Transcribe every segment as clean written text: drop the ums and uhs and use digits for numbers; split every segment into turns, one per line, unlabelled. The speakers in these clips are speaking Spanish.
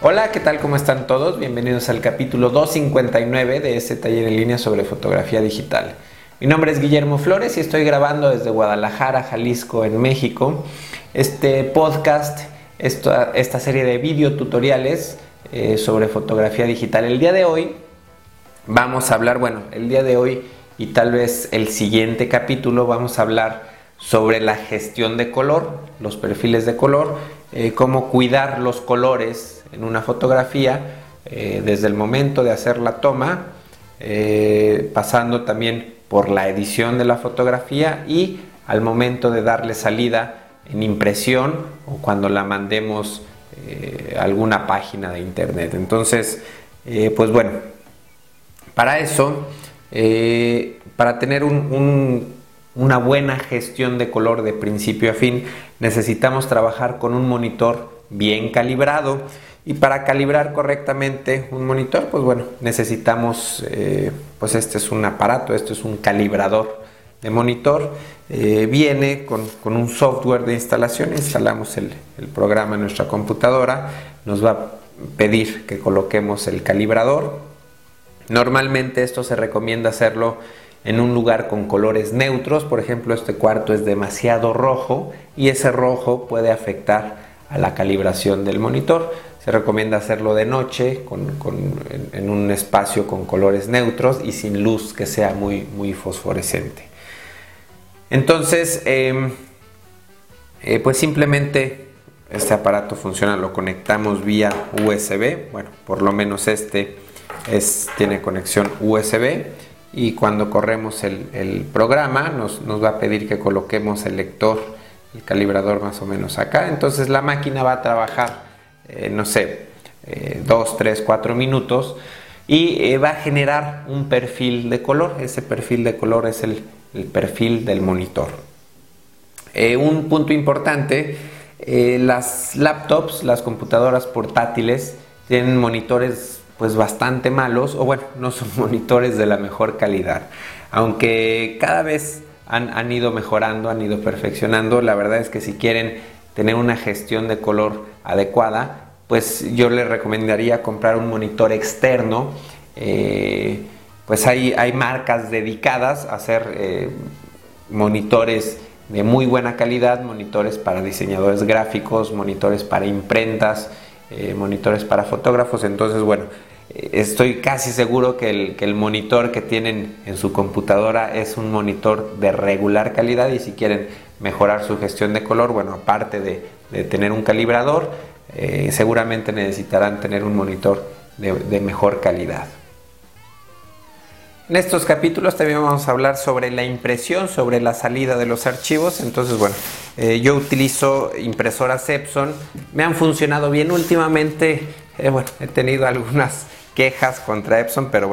Hola, ¿qué tal? ¿Cómo están todos? Bienvenidos al capítulo 259 de este taller en línea sobre fotografía digital. Mi nombre es Guillermo Flores y estoy grabando desde Guadalajara, Jalisco, en México, este podcast, esta serie de videotutoriales sobre fotografía digital. El día de hoy vamos a hablar, el día de hoy y tal vez el siguiente capítulo vamos a hablar sobre la gestión de color, los perfiles de color, cómo cuidar los colores en una fotografía desde el momento de hacer la toma, pasando también por la edición de la fotografía y al momento de darle salida en impresión o cuando la mandemos a alguna página de internet. Entonces, para eso, para tener una buena gestión de color de principio a fin, necesitamos trabajar con un monitor bien calibrado. Y para calibrar correctamente un monitor, necesitamos, este es un aparato, esto es un calibrador de monitor. Viene con un software de instalación, instalamos el programa en nuestra computadora, nos va a pedir que coloquemos el calibrador. Normalmente esto se recomienda hacerlo en un lugar con colores neutros. Por ejemplo, este cuarto es demasiado rojo y ese rojo puede afectar a la calibración del monitor. Se recomienda hacerlo de noche en un espacio con colores neutros y sin luz que sea muy fosforescente. Entonces, simplemente este aparato funciona, lo conectamos vía USB. Por lo menos tiene conexión USB. Y cuando corremos el programa nos va a pedir que coloquemos el lector, el calibrador más o menos acá. Entonces la máquina va a trabajar 2, 3, 4 minutos y va a generar un perfil de color. Ese perfil de color es el perfil del monitor. Un punto importante, las laptops, las computadoras portátiles tienen monitores bastante malos, no son monitores de la mejor calidad, aunque cada vez han ido mejorando, han ido perfeccionando. La verdad es que si quieren tener una gestión de color adecuada, yo les recomendaría comprar un monitor externo. Hay marcas dedicadas a hacer monitores de muy buena calidad, monitores para diseñadores gráficos, monitores para imprentas, monitores para fotógrafos. Entonces, estoy casi seguro que el monitor que tienen en su computadora es un monitor de regular calidad, y si quieren mejorar su gestión de color, aparte de tener un calibrador, seguramente necesitarán tener un monitor de mejor calidad. En estos capítulos también vamos a hablar sobre la impresión, sobre la salida de los archivos. Entonces, yo utilizo impresoras Epson, me han funcionado bien últimamente. He tenido algunas quejas contra Epson, pero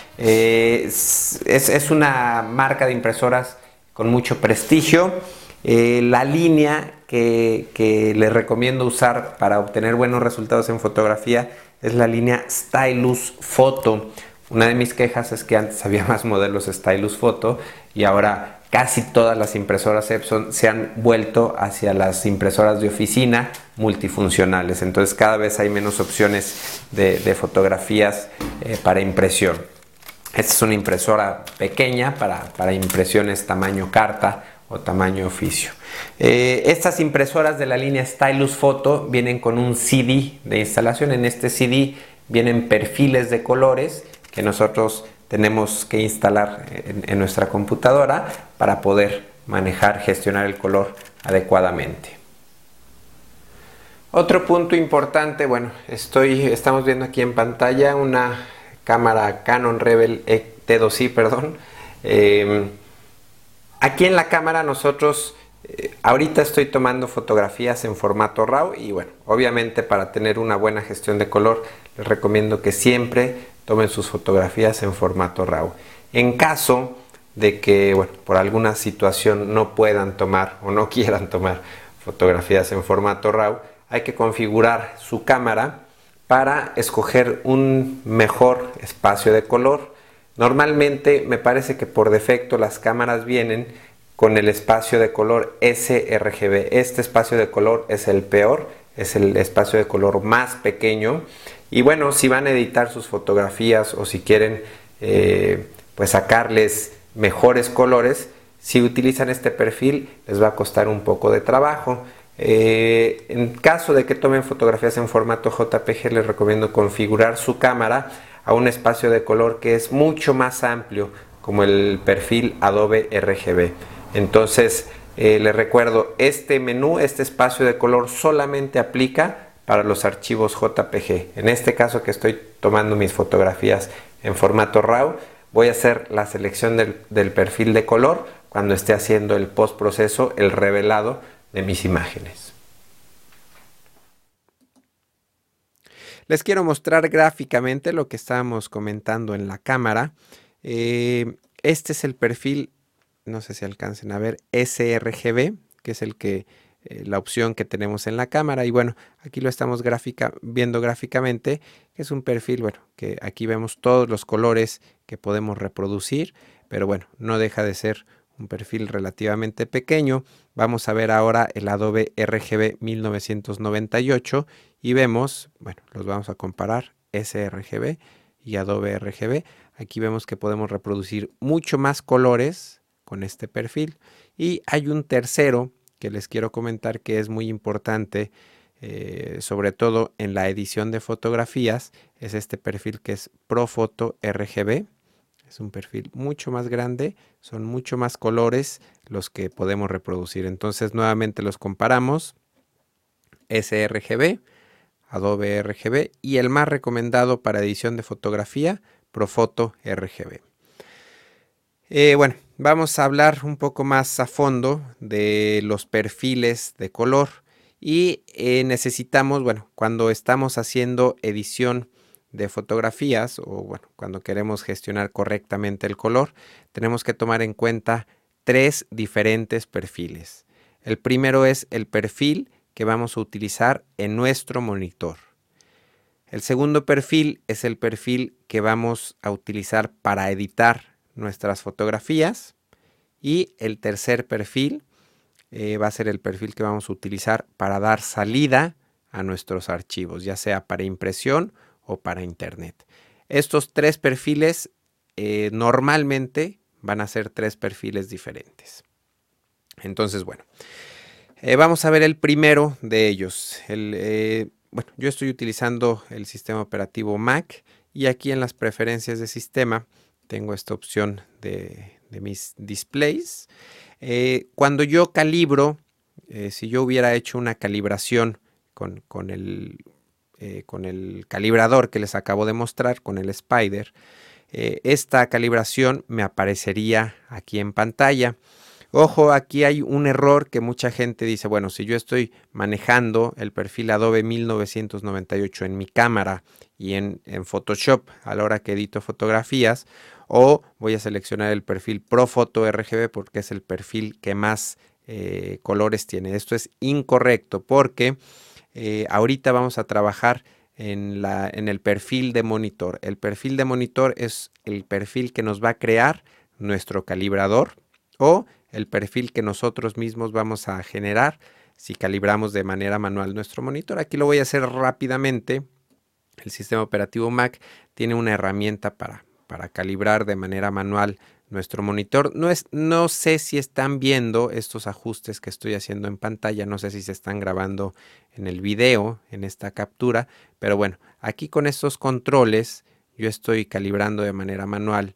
es una marca de impresoras con mucho prestigio. La línea que les recomiendo usar para obtener buenos resultados en fotografía es la línea Stylus Photo. Una de mis quejas es que antes había más modelos Stylus Photo y ahora casi todas las impresoras Epson se han vuelto hacia las impresoras de oficina multifuncionales. Entonces cada vez hay menos opciones de fotografías para impresión. Esta es una impresora pequeña para impresiones tamaño carta o tamaño oficio. Estas impresoras de la línea Stylus Photo vienen con un CD de instalación. En este CD vienen perfiles de colores que nosotros tenemos que instalar en nuestra computadora para poder manejar, gestionar el color adecuadamente. Otro punto importante, estamos viendo aquí en pantalla una cámara Canon Rebel T2i, Aquí en la cámara nosotros ahorita estoy tomando fotografías en formato RAW y obviamente para tener una buena gestión de color les recomiendo que siempre tomen sus fotografías en formato RAW. En caso de que por alguna situación no puedan tomar o no quieran tomar fotografías en formato RAW, hay que configurar su cámara para escoger un mejor espacio de color. Normalmente me parece que por defecto las cámaras vienen con el espacio de color sRGB. Este espacio de color es el peor, es el espacio de color más pequeño. Y bueno, si van a editar sus fotografías o si quieren pues sacarles mejores colores, si utilizan este perfil les va a costar un poco de trabajo. En caso de que tomen fotografías en formato JPG, les recomiendo configurar su cámara a un espacio de color que es mucho más amplio, como el perfil Adobe RGB. Entonces, les recuerdo, este menú, este espacio de color solamente aplica para los archivos JPG. En este caso que estoy tomando mis fotografías en formato RAW, voy a hacer la selección del perfil de color cuando esté haciendo el postproceso, el revelado de mis imágenes. Les quiero mostrar gráficamente lo que estábamos comentando en la cámara. Este es el perfil, no sé si alcancen a ver, sRGB, que es la opción que tenemos en la cámara. Y bueno, aquí lo estamos viendo gráficamente, que es un perfil, bueno, que aquí vemos todos los colores que podemos reproducir, pero bueno, no deja de ser un perfil relativamente pequeño. Vamos a ver ahora el Adobe RGB 1998 y vemos, bueno, los vamos a comparar, sRGB y Adobe RGB. Aquí vemos que podemos reproducir mucho más colores con este perfil. Y hay un tercero que les quiero comentar que es muy importante, sobre todo en la edición de fotografías, es este perfil que es Profoto RGB. Es un perfil mucho más grande, son mucho más colores los que podemos reproducir. Entonces nuevamente los comparamos, sRGB, Adobe RGB y el más recomendado para edición de fotografía, Profoto RGB. Bueno, vamos a hablar un poco más a fondo de los perfiles de color y necesitamos, bueno, cuando estamos haciendo edición de fotografías o bueno, cuando queremos gestionar correctamente el color, tenemos que tomar en cuenta 3 diferentes perfiles. El primero es el perfil que vamos a utilizar en nuestro monitor. El segundo perfil es el perfil que vamos a utilizar para editar nuestras fotografías y el tercer perfil va a ser el perfil que vamos a utilizar para dar salida a nuestros archivos, ya sea para impresión o para internet. Estos 3 perfiles normalmente van a ser 3 perfiles diferentes. Entonces, bueno, vamos a ver el primero de ellos. Bueno, yo estoy utilizando el sistema operativo Mac y aquí en las preferencias de sistema tengo esta opción de mis displays. Cuando yo calibro, si yo hubiera hecho una calibración con el calibrador que les acabo de mostrar, con el Spider, esta calibración me aparecería aquí en pantalla. Ojo, aquí hay un error que mucha gente dice, bueno, si yo estoy manejando el perfil Adobe 1998 en mi cámara y en Photoshop a la hora que edito fotografías, o voy a seleccionar el perfil Profoto RGB porque es el perfil que más colores tiene. Esto es incorrecto porque ahorita vamos a trabajar en el perfil de monitor. El perfil de monitor es el perfil que nos va a crear nuestro calibrador o el perfil que nosotros mismos vamos a generar si calibramos de manera manual nuestro monitor. Aquí lo voy a hacer rápidamente. El sistema operativo Mac tiene una herramienta para calibrar de manera manual nuestro monitor. No sé si están viendo estos ajustes que estoy haciendo en pantalla, no sé si se están grabando en el video, en esta captura, pero bueno, aquí con estos controles yo estoy calibrando de manera manual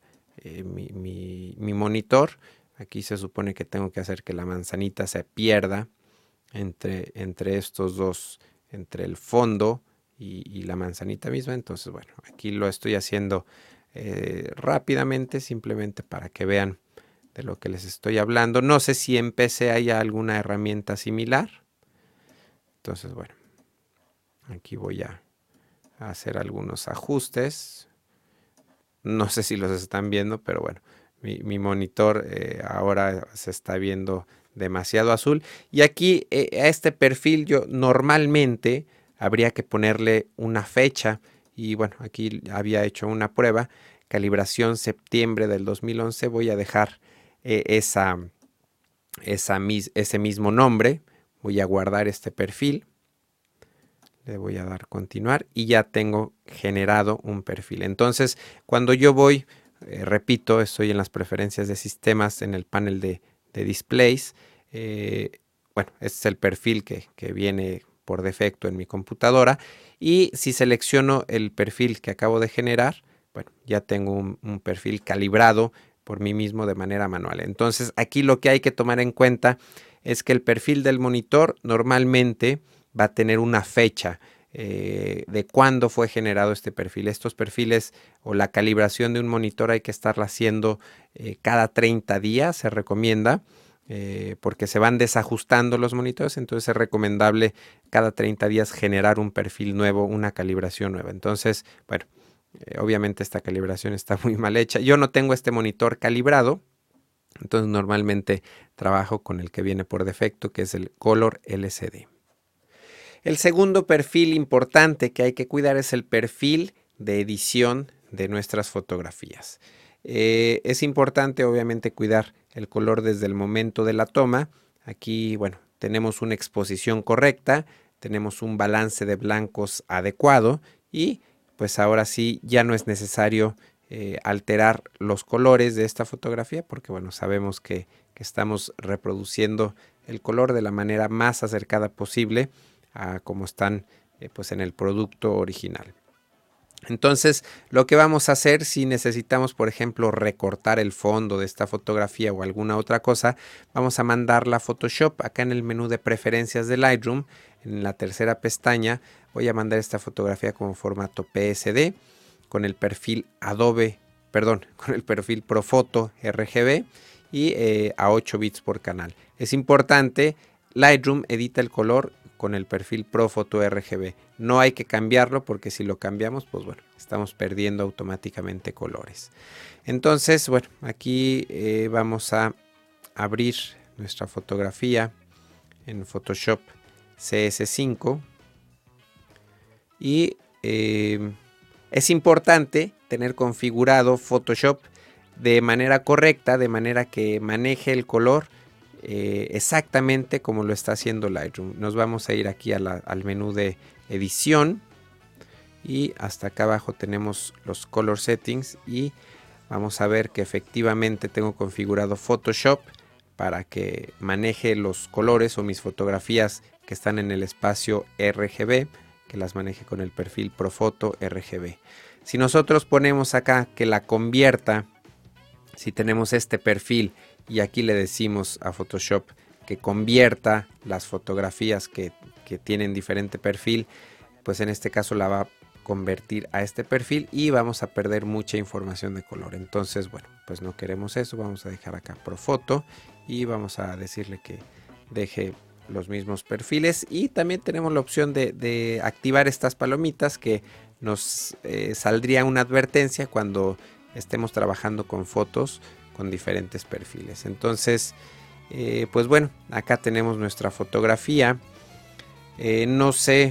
mi monitor. Aquí se supone que tengo que hacer que la manzanita se pierda entre estos dos, entre el fondo y la manzanita misma. Entonces, bueno, aquí lo estoy haciendo rápidamente, simplemente para que vean de lo que les estoy hablando. No sé si en PC hay alguna herramienta similar. Entonces, bueno, aquí voy a hacer algunos ajustes. No sé si los están viendo, pero bueno, mi monitor ahora se está viendo demasiado azul. Y aquí a este perfil yo normalmente habría que ponerle una fecha. Y bueno, aquí había hecho una prueba, calibración septiembre del 2011. Voy a dejar ese mismo nombre. Voy a guardar este perfil. Le voy a dar continuar y ya tengo generado un perfil. Entonces, cuando yo voy, repito, estoy en las preferencias de sistemas, en el panel de displays. Bueno, este es el perfil que viene por defecto en mi computadora. Y si selecciono el perfil que acabo de generar, bueno, ya tengo un perfil calibrado por mí mismo de manera manual. Entonces, aquí lo que hay que tomar en cuenta es que el perfil del monitor normalmente va a tener una fecha de cuándo fue generado este perfil. Estos perfiles o la calibración de un monitor hay que estarla haciendo cada 30 días, se recomienda, porque se van desajustando los monitores, entonces es recomendable cada 30 días generar un perfil nuevo, una calibración nueva. Entonces, bueno, obviamente esta calibración está muy mal hecha. Yo no tengo este monitor calibrado, entonces normalmente trabajo con el que viene por defecto, que es el Color LCD. El segundo perfil importante que hay que cuidar es el perfil de edición de nuestras fotografías. Es importante obviamente cuidar el color desde el momento de la toma. Aquí, bueno, tenemos una exposición correcta, tenemos un balance de blancos adecuado y pues ahora sí ya no es necesario alterar los colores de esta fotografía porque bueno, sabemos que estamos reproduciendo el color de la manera más acercada posible a como están pues en el producto original. Entonces, lo que vamos a hacer si necesitamos, por ejemplo, recortar el fondo de esta fotografía o alguna otra cosa, vamos a mandarla a Photoshop. Acá en el menú de preferencias de Lightroom, en la tercera pestaña, voy a mandar esta fotografía como formato PSD con el perfil con el perfil Profoto RGB y a 8 bits por canal. Es importante, Lightroom edita el color con el perfil Profoto RGB. No hay que cambiarlo porque si lo cambiamos, pues bueno, estamos perdiendo automáticamente colores. Entonces, bueno, aquí vamos a abrir nuestra fotografía en Photoshop CS5 y es importante tener configurado Photoshop de manera correcta, de manera que maneje el color exactamente como lo está haciendo Lightroom. Nos vamos a ir aquí al menú de edición y hasta acá abajo tenemos los color settings y vamos a ver que efectivamente tengo configurado Photoshop para que maneje los colores o mis fotografías que están en el espacio RGB, que las maneje con el perfil Profoto RGB. Si nosotros ponemos acá que la convierta, si tenemos este perfil y aquí le decimos a Photoshop que convierta las fotografías que tienen diferente perfil, pues en este caso la va a convertir a este perfil y vamos a perder mucha información de color. Entonces, bueno, pues no queremos eso, vamos a dejar acá Profoto y vamos a decirle que deje los mismos perfiles y también tenemos la opción de activar estas palomitas que nos saldría una advertencia cuando estemos trabajando con fotos con diferentes perfiles. Entonces, pues bueno, acá tenemos nuestra fotografía. No sé,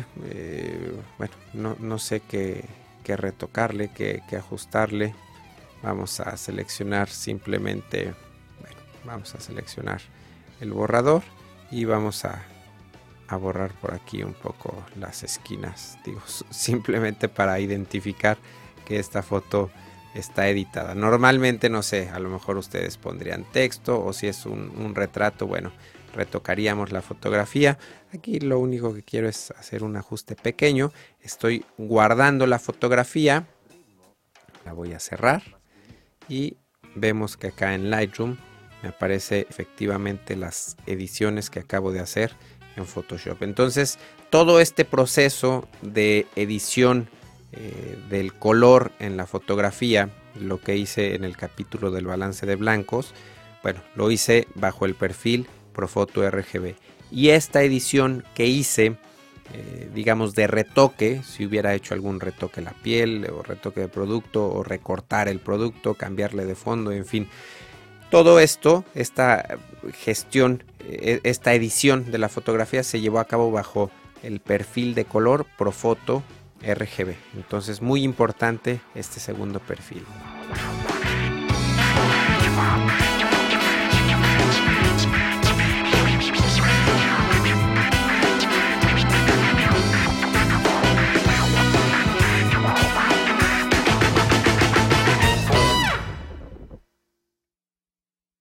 bueno, no sé qué retocarle, qué ajustarle. Vamos a seleccionar simplemente, bueno, vamos a seleccionar el borrador y vamos a borrar por aquí un poco las esquinas, digo, simplemente para identificar que esta foto está editada. Normalmente, no sé, a lo mejor ustedes pondrían texto o si es un retrato, bueno, retocaríamos la fotografía. Aquí lo único que quiero es hacer un ajuste pequeño. Estoy guardando la fotografía, la voy a cerrar y vemos que acá en Lightroom me aparece efectivamente las ediciones que acabo de hacer en Photoshop. Entonces, todo este proceso de edición del color en la fotografía, lo que hice en el capítulo del balance de blancos, bueno, lo hice bajo el perfil Profoto RGB. Y esta edición que hice, digamos de retoque, si hubiera hecho algún retoque a la piel o retoque de producto o recortar el producto, cambiarle de fondo, en fin, todo esto, esta gestión, esta edición de la fotografía se llevó a cabo bajo el perfil de color Profoto RGB. Entonces, muy importante este segundo perfil.